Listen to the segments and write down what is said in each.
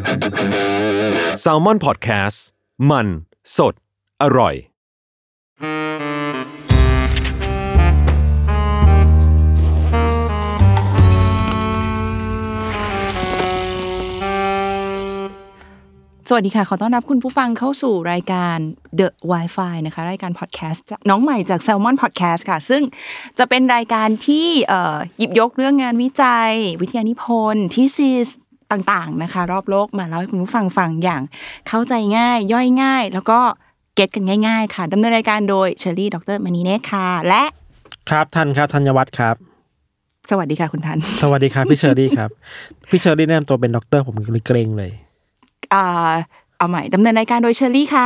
Salmon Podcast มันสดอร่อยสวัสดีค่ะขอต้อนรับคุณผู้ฟังเข้าสู่รายการ The Wi-Fi นะคะรายการพอดแคสต์น้องใหม่จาก Salmon Podcast ค่ะซึ่งจะเป็นรายการที่หยิบยกเรื่องงานวิจัยวิทยานิพนธ์ทีซีสต่างๆนะคะรอบโลกมาเล่าให้คุณผู้ฟังฟังอย่างเข้าใจง่ายย่อยง่ายแล้วก็เก็ตกันง่ายๆค่ะดำเนินรายการโดยเชอรี่ดร.มณีเนตรค่ะและครับทันครับธัญวัฒน์ครับสวัสดีค่ะคุณทันสวัสดีครับพี่เชอรี่ครับพี่เชอรี่แนะนำตัวเป็นด็อกเตอร์ผมเกรงเลยเอาใหม่ดำเนินรายการโดยเชอรี่ค่ะ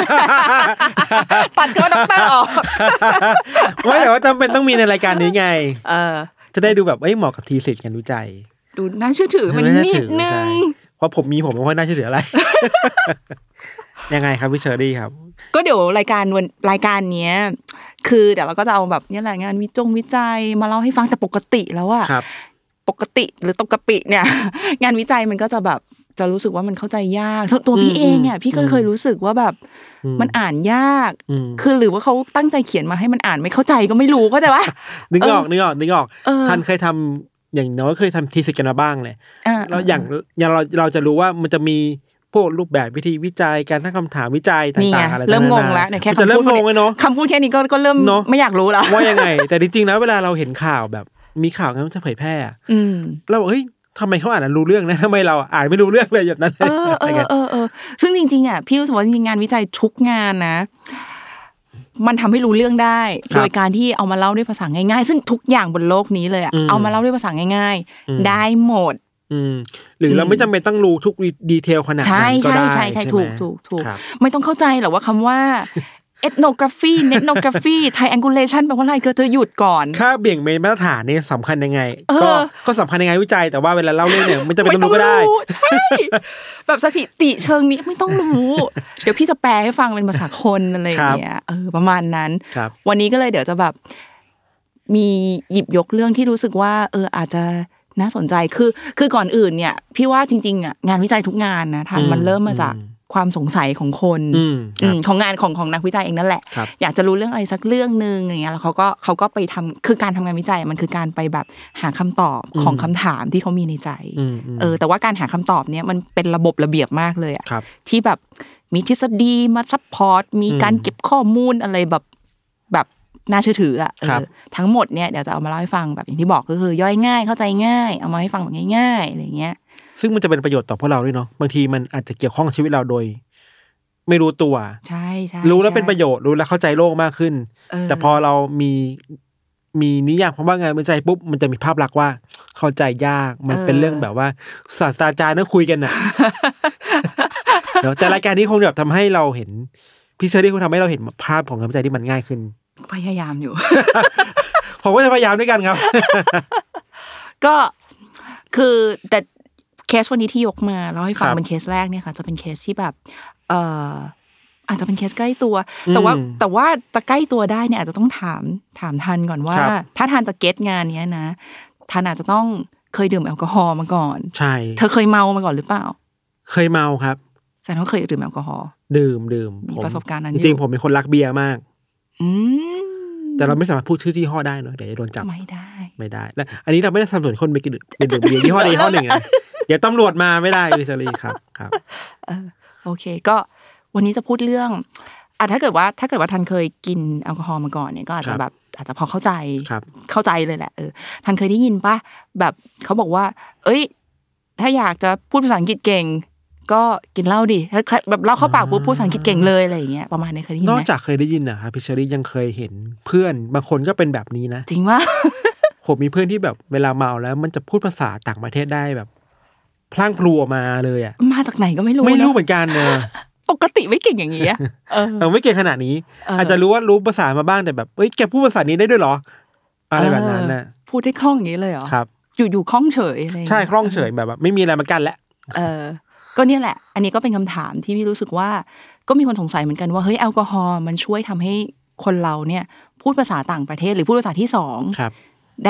ตัดก็ด็อกเตอร์ออกไม่แต่ว่าจำเป็นต้องมีในรายการนี้ไงจะได้ดูแบบเหมาะกับทีสิทธิ์การวิจัยดูน่าเชื่อถือมันนิดนึงเพราะผมไม่ค่อยน่าเชื่อถืออะไร ยังไงครับพี่เชอรี่ครับก็เดี๋ยวรายการเนี้ยคือเดี๋ยวเราก็จะเอาแบบนี่แหละงานวิจัยมาเล่าให้ฟังแต่ปกติแล้วอะปกติหรือตกกะปิเนี่ยงานวิจัยมันก็จะแบบจะรู้สึกว่ามันเข้าใจยากตัวพี่เองเนี่ยพี่ก็เคยรู้สึกว่าแบบมันอ่านยากคือหรือว่าเขาตั้งใจเขียนมาให้มันอ่านไม่เข้าใจก็ไม่รู้ก็แต่ว่านึกออกท่านเคยทำอย่างน้อยเคยทำทีสิทธิ์กันมาบ้างเลยแล้วอย่างเราจะรู้ว่ามันจะมีพวกรูปแบบวิธีวิจัยการตั้งคำถามวิจัยต่างๆอะไรเริ่มงงแล้วเนี่ยแค่จะเริ่มงงเลยเนาะคำพูดแค่นี้ก็เริ่มไม่อยากรู้แล้วว่ายังไงแต่จริงๆแล้วเวลาเราเห็นข่าวแบบมีข่าวกันจะเผยแพร่เราบอกเฮ้ยทำไมเขาอ่านรู้เรื่องนะทำไมเราอ่านไม่รู้เรื่องเลยแบบนั้นซึ่งจริงๆอ่ะพี่รู้สึกว่าจริงๆงานวิจัยทุกงานนะมันทำให้รู้เรื่องได้โดยการที่เอามาเล่าด้วยภาษาง่ายๆซึ่งทุกอย่างบนโลกนี้เลยอ่ะเอามาเล่าด้วยภาษาง่ายๆได้หมดหรือเราไม่จำเป็นต้องรู้ทุกดีเทลขนาดนั้นก็ได้ใช่ถูกไม่ต้องเข้าใจหรอกว่าคำว่า ethnography nethnography triangulation แปลว่าอะไรเธอหยุดก่อนค่าเบี่ยงเบนมาตรฐานนี่สำคัญยังไงก็สำคัญยังไงวิจัยแต่ว่าเวลาเล่าเรื่องเนี่ยไม่จำเป็นต้องรู้ก็ได้ใช่แบบสถิติเชิงนี้ไม่ต้องรู้เดี๋ยวพี่จะแปลให้ฟังเป็นภาษาคนอะไรอย่างเงี้ยประมาณนั้นวันนี้ก็เลยเดี๋ยวจะแบบมีหยิบยกเรื่องที่รู้สึกว่าอาจจะน่าสนใจคือก่อนอื่นเนี่ยพี่ว่าจริงๆอ่ะงานวิจัยทุกงานนะทันมันเริ่มมาจากความสงสัยของคนของงานของนักวิจัยเองนั่นแหละอยากจะรู้เรื่องอะไรสักเรื่องนึงอย่างเงี้ยแล้วเขาก็ไปทำคือการทำงานวิจัยมันคือการไปแบบหาคำตอบของคำถามที่เขามีในใจแต่ว่าการหาคำตอบเนี้ยมันเป็นระบบระเบียบมากเลยอ่ะที่แบบมีทฤษฎีมาซัพพอร์ตมีการเก็บข้อมูลอะไรแบบน่าเชื่อถืออ่ะทั้งหมดเนี่ยเดี๋ยวจะเอามาเล่าให้ฟังแบบอย่างที่บอกก็คือย่อยง่ายเข้าใจง่ายเอามาให้ฟังแบบง่ายๆอะไรเงี้ยซึ่งมันจะเป็นประโยชน์ต่อพวกเราด้วยเนาะบางทีมันอาจจะเกี่ยวข้องกับชีวิตเราโดยไม่รู้ตัวใช่รู้แล้วเป็นประโยชน์รู้แล้วเข้าใจโลกมากขึ้นแต่พอเรามีนิยามคำว่างานวิจัยปุ๊บมันจะมีภาพลักษณ์ว่าเข้าใจยากมันเป็นเรื่องแบบว่าศาสตราจารย์นั่งคุยกันน่ะแต่รายการนี้คงแบบทำให้เราเห็นพี่เชอรี่คงทำให้เราเห็นภาพของงานวิจัยที่มันง่ายขึ้นพยายามอยู่ผมก็จะพยายามด้วยกันครับก็คือแต่เคสวันนี้ที่ยกมาแล้วให้ฟังเป็นเคสแรกเนี่ยค่ะจะเป็นเคสที่แบบอาจจะเป็นเคสใกล้ตัวแต่ว่าจะใกล้ตัวได้เนี่ยอาจจะต้องถามทันก่อนว่าถ้าทันจะเก็ตงานเนี้ยนะทันอาจจะต้องเคยดื่มแอลกอฮอล์มาก่อนใช่เธอเคยเมามาก่อนหรือเปล่าเคยเมาครับแสดงว่าเคยดื่มแอลกอฮอล์ดื่มมีประสบการณ์นั้นจริงๆผมเป็นคนรักเบียร์มากแต่เราไม่สามารถพูดชื่อยี่ห้อได้เนอะเดี๋ยวจะโดนจับไม่ได้และอันนี้เราไม่ได้สนับสนุนคนไปกินดื่มเบียร์ยี่ห้อใดยี่ห้อหนึ่งนะเดี๋ยวตำรวจมาไม่ได้วิศรีครับโอเคก็วันนี้จะพูดเรื่องถ้าเกิดว่าทันเคยกินแอลกอฮอล์มาก่อนเนี่ยก็อาจจะพอเข้าใจเลยแหละทันเคยได้ยินป่ะแบบเขาบอกว่าเอ้ยถ้าอยากจะพูดภาษาอังกฤษเก่งก็กินเหล้าดิแบบเหล้าเข้าปากปุ๊บพูดภาษาอังกฤษเก่งเลยอะไรอย่างเงี้ยประมาณนี้เคยได้ยินไหมนอกจากเคยได้ยินนะครับพี่เชอรี่ยังเคยเห็นเพื่อนบางคนก็เป็นแบบนี้นะจริงว่าผมมีเพื่อนที่แบบเวลาเมาแล้วมันจะพูดภาษาต่างประเทศได้แบบพลั่งพลูออกมาเลยอ่ะมาจากไหนก็ไม่รู้เหมือนกันปกติไม่เก่งอย่างนี้ไม่เก่งขนาดนี้อาจจะรู้ภาษามาบ้างแต่แบบเอ้ยแกพูดภาษานี้ได้ด้วยเหรออะไรแบบนั้นน่ะพูดได้คล่องอย่างนี้เลยเหรอครับอยู่คล่องเฉยอะไรใช่คล่องเฉยแบบไม่มีอะไรมากั้นแล้วก็เนี่ยแหละอันนี้ก็เป็นคำถามที่พี่รู้สึกว่าก็มีคนสงสัยเหมือนกันว่าเฮ้ยแอลกอฮอล์มันช่วยทำให้คนเราเนี่ยพูดภาษาต่างประเทศหรือพูดภาษาที่สองได้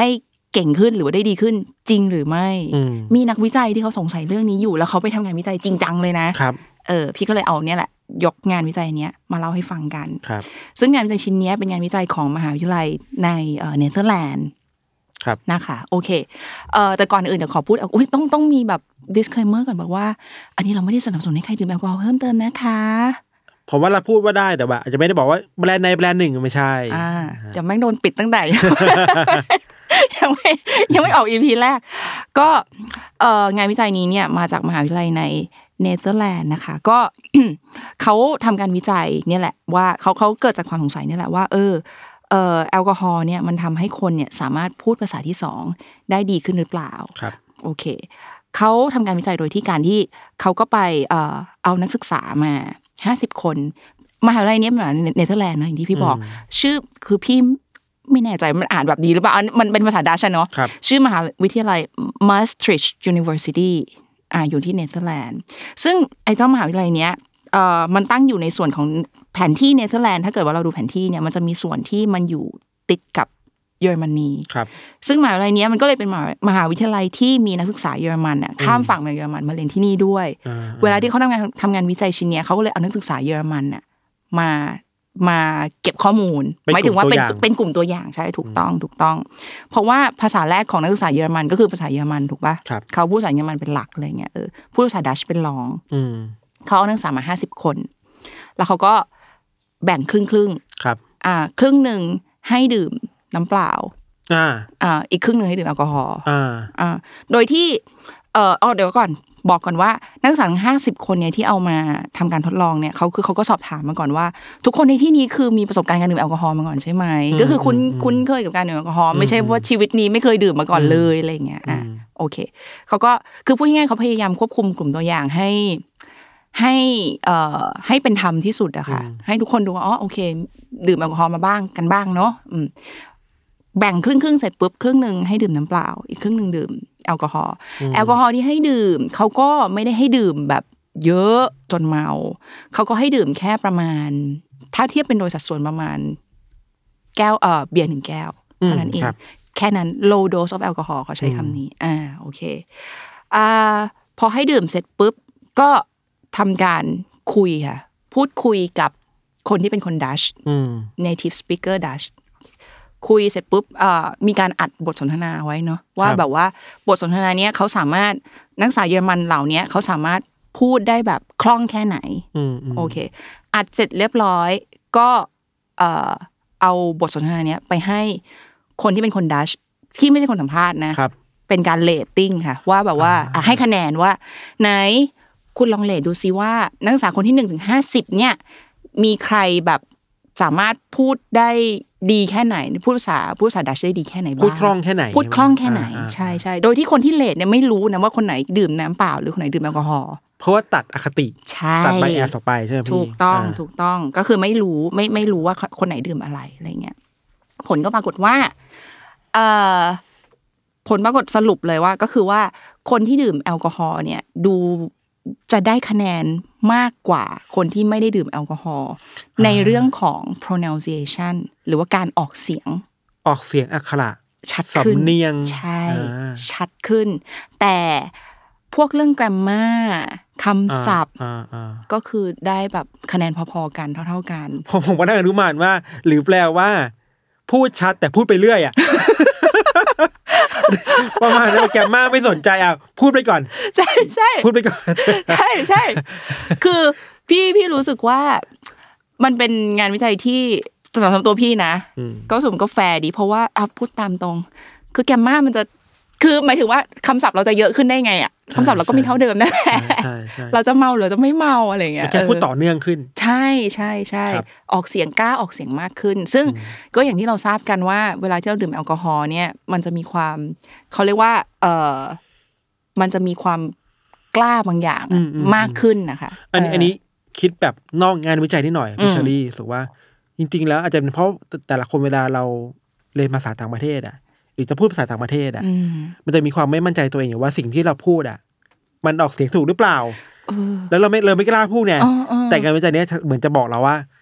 เก่งขึ้นหรือว่าได้ดีขึ้นจริงหรือไม่มีนักวิจัยที่เขาสงสัยเรื่องนี้อยู่แล้วเขาไปทำงานวิจัยจริงจังเลยนะครับพี่ก็เลยเอาเนี่ยแหละยกงานวิจัยเนี้ยมาเล่าให้ฟังกันซึ่งงานวิจัยชิ้นนี้เป็นงานวิจัยของมหาวิทยาลัยในเนเธอร์แลนด์นะคะโอเคแต่ก่อนอื่นเดี๋ยวขอพูดต้องมีแบบ disclaimer ก่อนบอกว่าอันนี้เราไม่ได้สนับสนุนให้ใครดื่มแอลกอฮอล์เพิ่มเติมนะคะผมว่าเราพูดว่าได้แต่ว่าอาจจะไม่ได้บอกว่าแบรนด์ใดแบรนด์หนึ่งไม่ใช่เดี๋ยวแม่งโดนปิดตั้งแต่ยังไม่ออก EP แรกก็งานวิจัยนี้เนี่ยมาจากมหาวิทยาลัยในเนเธอร์แลนด์นะคะก็ เขาทำการวิจัยเนี่ยแหละว่าเขาเกิดจากความสงสัยเนี่ยแหละว่าแอลกอฮอล์เนี่ยมันทำให้คนเนี่ยสามารถพูดภาษาที่สองได้ดีขึ้นหรือเปล่าครับโอเคเขาทำการวิจัยโดยที่การที่เขาก็ไปเอานักศึกษามา50 คนมหาวิทยาลัยนี้เป็นเนเธอร์แลนด์นะอย่างที่พี่บอกชื่อคือพี่ไม่แน่ใจมันอ่านแบบดีหรือเปล่ามันเป็นภาษาดัชเนาะชื่อมหาวิทยาลัย Maastricht University อยู่ที่เนเธอร์แลนด์ซึ่งไอ้เจ้ามหาวิทยาลัยเนี้ยมันตั้งอยู่ในส่วนของแผนที่เนเธอร์แลนด์ถ้าเกิดว่าเราดูแผนที่เนี่ยมันจะมีส่วนที่มันอยู่ติดกับเยอรมนีซึ่งมหาวิทยาลัยนี้มันก็เลยเป็นมหาวิทยาลัยที่มีนักศึกษาเยอรมันน่ะข้ามฝั่งมาเยอรมันมาเรียนที่นี่ด้วยเวลาที่เขาทำงานวิจัยชิ้นนี้เขาก็เลยเอานักศึกษาเยอรมันน่ะมาเก็บข้อมูลหมายถึงว่าเป็นกลุ่มตัวอย่างใช่ถูกต้องเพราะว่าภาษาแรกของนักศึกษาเยอรมันก็คือภาษาเยอรมันถูกป่ะเขาพูดภาษาเยอรมันเป็นหลักอะไรเงี้ยพูดภาษาดัชเป็นรองเขาเอานักศึกษามา50 คนแล้วเขาก็แบ่งครึ่งครับครึ่งนึงให้ดื่มน้ำเปล่าอีกครึ่งนึงให้ดื่มแอลกอฮอล์โดยที่เดี๋ยวก่อนบอกก่อนว่านักศึกษาทั้ง50 คนเนี่ยที่เอามาทำการทดลองเนี่ยเขาก็สอบถามมาก่อนว่าทุกคนในที่นี้คือมีประสบการณ์การดื่มแอลกอฮอล์มาก่อนใช่ไหมก็คือคุ้นเคยกับการดื่มแอลกอฮอล์ไม่ใช่ว่าชีวิตนี้ไม่เคยดื่มมาก่อนเลยอะไรเงี้ยโอเคเขาก็คือพูดง่ายๆเขาพยายามควบคุมกลุ่มตัวอย่างให้เป็นธรรมที่สุดอะค่ะให้ทุกคนดูว่าโอเคดื่มแอลกอฮอล์มาบ้างกันบ้างเนาะแบ่งครึ่งเสร็จปุ๊บครึ่งนึงให้ดื่มน้ำเปล่าอีกครึ่งนึงดื่มแอลกอฮอล์ที่ให้ดื่มเขาก็ไม่ได้ให้ดื่มแบบเยอะจนเมาเขาก็ให้ดื่มแค่ประมาณถ้าเทียบเป็นโดยสัดส่วนประมาณแก้วเบียร์1 แก้วเท่านั้นเองแค่นั้น low dose of alcohol เขาใช้คำนี้โอเคพอให้ดื่มเสร็จปุ๊บก็ทำการคุยค่ะพูดคุยกับคนที่เป็นคนดัชnative speaker Dutch คุยเสร็จปุ๊บมีการอัดบทสนทนาไว้เนาะว่าแบบว่าบทสนทนาเนี้ยเขาสามารถนักศึกษาเยอรมันเหล่านี้เขาสามารถพูดได้แบบคล่องแค่ไหนโอเคอัดเสร็จเรียบร้อยก็เอาบทสนทนาเนี้ยไปให้คนที่เป็นคนดัชที่ไม่ใช่คนสัมภาษณ์นะเป็นการเรตติ้งค่ะว่าแบบว่าให้คะแนนว่าไหนคุณลองเรตดูซิว่านักศึกษาคนที่1 ถึง 50เนี่ยมีใครแบบสามารถพูดได้ดีแค่ไหนพูดภาษาดัชได้ดีแค่ไหนบ้างพูดคล่องแค่ไหนใช่โดยที่คนที่เรตเนี่ยไม่รู้นะว่าคนไหนดื่มน้ำเปล่าหรือคนไหนดื่มแอลกอฮอล์เพราะว่าตัดอคติตัดไบแอสออกไปใช่ไหมพี่ถูกต้องก็คือไม่รู้ว่าคนไหนดื่มอะไรเงี้ยผลก็ปรากฏว่าผลปรากฏสรุปเลยว่าก็คือว่าคนที่ดื่มแอลกอฮอล์เนี่ยดูจะได้คะแนนมากกว่าคนที่ไม่ได้ดื่มแอลกอฮอล์ในเรื่องของ pronunciation หรือว่าการออกเสียงอักขระชัดขึ้นสำเนียงใช่ชัดขึ้นแต่พวกเรื่อง grammar คำศัพท์ก็คือได้แบบคะแนนพอๆกันเท่าๆกันผมว่าได้อนุมานว่าหรือแปลว่าพูดชัดแต่พูดไปเรื่อยอ่ะ ประมาณนั้นแกมมาไม่สนใจพูดไปก่อนใช่พูดไปก่อนใช่คือพี่รู้สึกว่ามันเป็นงานวิจัยที่สำหรับตัวพี่นะก็สมก็แฟร์ดีเพราะว่าพูดตามตรงคือแกมมามันจะคือหมายถึงว่าคำศัพท์เราจะเยอะขึ้นได้ไงอ่ะคำศัพท์เราก็มีเท่าเดิมนั่นแหละเราจะเมาหรือจะไม่เมาอะไรเงี้ยแค่พูดต่อเนื่องขึ้นใช่ออกเสียงกล้าออกเสียงมากขึ้นซึ่งก็อย่างที่เราทราบกันว่าเวลาที่เราดื่มแอลกอฮอล์เนี่ยมันจะมีความเขาเรียกว่ามันจะมีความกล้าบางอย่างมากขึ้นนะคะอันนี้คิดแบบนอกงานวิจัยนิดหน่อยพี่เชอรี่รู้สึกว่าจริงๆแล้วอาจจะเป็นเพราะแต่ละคนเวลาเราเรียนภาษาต่างประเทศหรือจะพูดภาษาต่างประเทศมันจะมีความไม่มั่นใจตัวเองว่าสิ่งที่เราพูดมันออกเสียงถูกหรือเปล่าแล้วเราไม่กล้าพูดเนี่ยแต่การวิจัยนี้เหมือนจะบอกเราว่า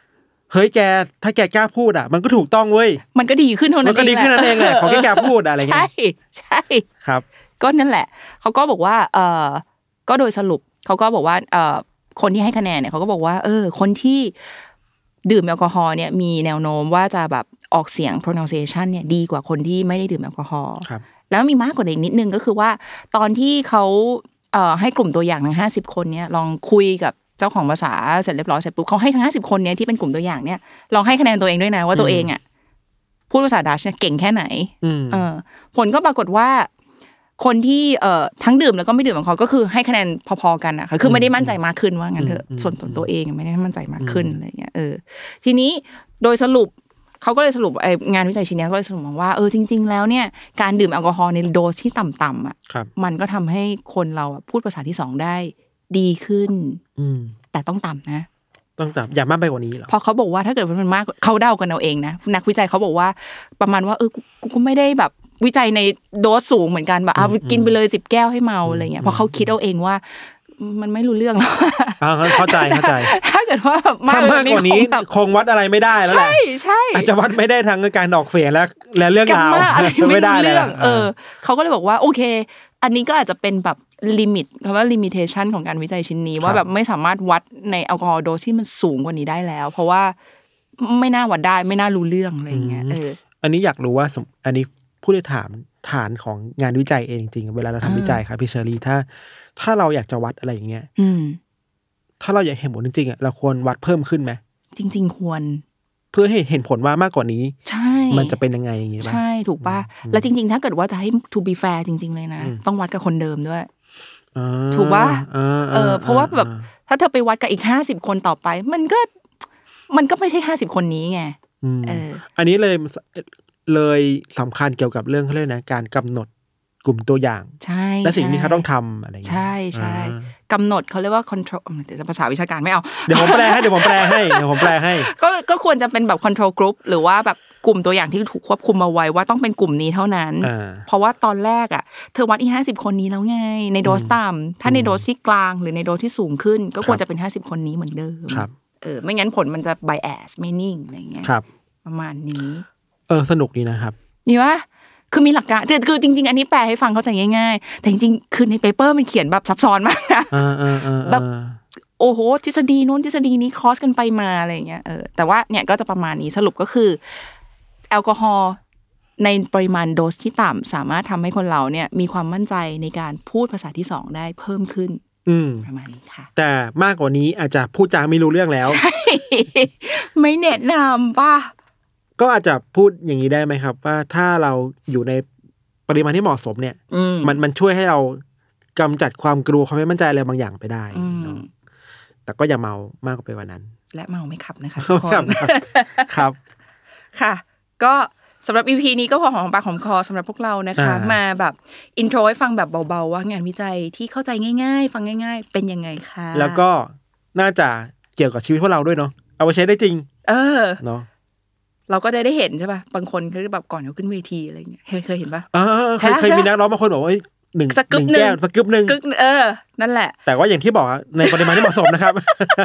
เฮ้ยแกถ้าแกกล้าพูดอ่ะมันก็ถูกต้องเว้ยมันก็ดีขึ้นเท่านั้นมันก็ดีขึ้นนั่นเองแหละของแกกล้าพูดอะไรเงี้ยใช่ครับก็นั่นแหละเขาก็บอกว่าก็โดยสรุปเขาก็บอกว่าคนที่ให้คะแนนเนี่ยเขาก็บอกว่าคนที่ดื่มแอลกอฮอล์เนี่ยมีแนวโน้มว่าจะแบบออกเสียง pronunciation เนี่ยดีกว่าคนที่ไม่ได้ดื่มแอลกอฮอล์แล้วมีมากกว่านี้นิดนึงก็คือว่าตอนที่เขาให้กลุ่มตัวอย่างทั้ง50คนเนี่ยลองคุยกับเจ้าของภาษาเสร็จเรียบร้อยเสร็จปุ๊บเขาให้ทั้ง50คนเนี่ยที่เป็นกลุ่มตัวอย่างเนี่ยลองให้คะแนนตัวเองด้วยนะว่าตัวเองอ่ะพูดภาษาดัชเนี่ยเก่งแค่ไหนผลก็ปรากฏว่าคนที่ทั้งดื่มแล้วก็ไม่ดื่มของเขาก็คือให้คะแนนพอๆกันอะค่ะคือไม่ได้มั่นใจมากขึ้นว่างั้นเถอะส่วนตัวเองไม่ได้มั่นใจมากขึ้นอะไรเงี้ยทีนี้โดยสรุปเขาก็เลยสรุปงานวิจัยชิ้นนี้ก็เลยสรุปมาว่าจริงๆแล้วเนี่ยการดื่มแอลกอฮอล์ในโดสที่ต่ำๆอ่ะมันก็ทำให้คนเราพูดภาษาที่2ได้ดีขึ้นแต่ต้องต่ำนะต้องต่ำอย่ามากไปกว่านี้หรอเพราะเขาบอกว่าถ้าเกิดมันมากเขาเดากันเอาเองนะนักวิจัยเขาบอกว่าประมาณว่ากูก็ไม่ได้แบบวิจัยในโดสสูงเหมือนกันแบบกินไปเลย10แก้วให้เมาอะไรเงี้ยเพราะเขาคิดเอาเองว่ามันไม่รู้เรื่องแล้วเข้าใจถ้าเกิดว่ามากกว่านี้คงวัดอะไรไม่ได้แล้วแหละใช่อาจจะวัดไม่ได้ทั้งการออกเสียงและเรื่องราวไม่ได้เลยเขาก็เลยบอกว่าโอเคอันนี้ก็อาจจะเป็นแบบลิมิตคำว่า limitation ของการวิจัยชิ้นนี้ว่าแบบไม่สามารถวัดในแอลกอฮอล์โดสที่มันสูงกว่านี้ได้แล้วเพราะว่าไม่น่าวัดได้ไม่น่ารู้เรื่องอะไรอย่างเงี้ยอันนี้อยากรู้ว่าอันนี้ผู้ได้ฐานของงานวิจัยเองจริงๆเวลาเราทำวิจัยครับพี่เชอรี่ถ้าเราอยากจะวัดอะไรอย่างเงี้ยถ้าเราอยากเห็นผลจริงๆอ่ะเราควรวัดเพิ่มขึ้นไหมจริงๆควรเพื่อให้เห็นผลว่ามากกว่านี้ใช่มันจะเป็นยังไงอย่างงี้ใช่ถูกป่ะแล้วจริงๆถ้าเกิดว่าจะให้ to be fair จริงๆเลยนะต้องวัดกับคนเดิมด้วยถูกป่ะเพราะว่าแบบถ้าเธอไปวัดกับอีก50คนต่อไปมันก็ไม่ใช่50คนนี้ไงอันนี้เลยสำคัญเกี่ยวกับเรื่องเขาเรียกนะการกำหนดกลุ่มตัวอย่างใช่และสิ่งที่เขาต้องทำอะไรอย่างเงี้ยใช่กำหนดเขาเรียกว่า control แต่ภาษาวิชาการไม่เอาเดี๋ยวผมแปลให้ก็ควรจะเป็นแบบ control group หรือว่าแบบกลุ่มตัวอย่างที่ถูกควบคุมเอาไว้ว่าต้องเป็นกลุ่มนี้เท่านั้นเพราะว่าตอนแรกอ่ะเธอวัดอี50คนนี้แล้วไงในโดสต่ำถ้าในโดสที่กลางหรือในโดสที่สูงขึ้นก็ควรจะเป็น50คนนี้เหมือนเดิมไม่งั้นผลมันจะ bias ไม่นิ่งอะไรเงี้ยประมาณนี้สนุกดีนะครับนี่วะคือมีหลักการคือจริงๆอันนี้แปลให้ฟังเข้าใจง่ายๆแต่จริงๆคือในเปเปอร์มันเขียนแบบซับซ้อนมากนะแบบโอ้โหทฤษฎีนู้นทฤษฎีนี้ครอสกันไปมาอะไรอย่างเงี้ยแต่ว่าเนี่ยก็จะประมาณนี้สรุปก็คือแอลกอฮอล์ในปริมาณโดสที่ต่ำสามารถทำให้คนเราเนี่ยมีความมั่นใจในการพูดภาษาที่2ได้เพิ่มขึ้นประมาณนี้ค่ะแต่มากกว่านี้อาจจะพูดจาไม่รู้เรื่องแล้วไม่แนะนำป่ะก็อาจจะพูดอย่างนี้ได้ไหมครับว่าถ้าเราอยู่ในปริมาณที่เหมาะสมเนี่ยมันช่วยให้เรากำจัดความกลัวความไม่มั่นใจอะไรบางอย่างไปได้แต่ก็อย่าเมามากไปกว่านั้นและเมาไม่ขับนะคะครับค่ะก็สำหรับ EP นี้ก็พอหอมปากหอมคอสำหรับพวกเรานะคะมาแบบอินโทรให้ฟังแบบเบาๆว่างานวิจัยที่เข้าใจง่ายๆฟังง่ายๆเป็นยังไงคะแล้วก็น่าจะเกี่ยวกับชีวิตพวกเราด้วยเนาะเอาไปใช้ได้จริงเนาะเราก็ได้เห็นใช่ป่ะบางคนเขาแบบก่อนเขาขึ้นเวทีอะไรเงี้ยเคยเห็นป่ะเคยมีนักร้องบางคนบอกว่า1 แก้วสักกึ๊บนึงนั่นแหละแต่ว่าอย่างที่บอกในปริมาณที่เหมาะสมนะครับ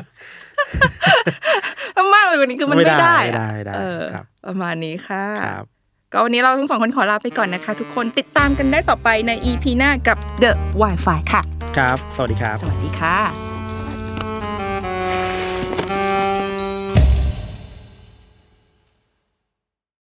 มากไปกว่านี้คือมันไม่ได้ครับประมาณนี้ค่ะก็วันนี้เราทั้ง2คนขอลาไปก่อนนะคะทุกคนติดตามกันได้ต่อไปใน EP หน้ากับ The Wi-Fi ค่ะครับสวัสดีครับสวัสดีค่ะ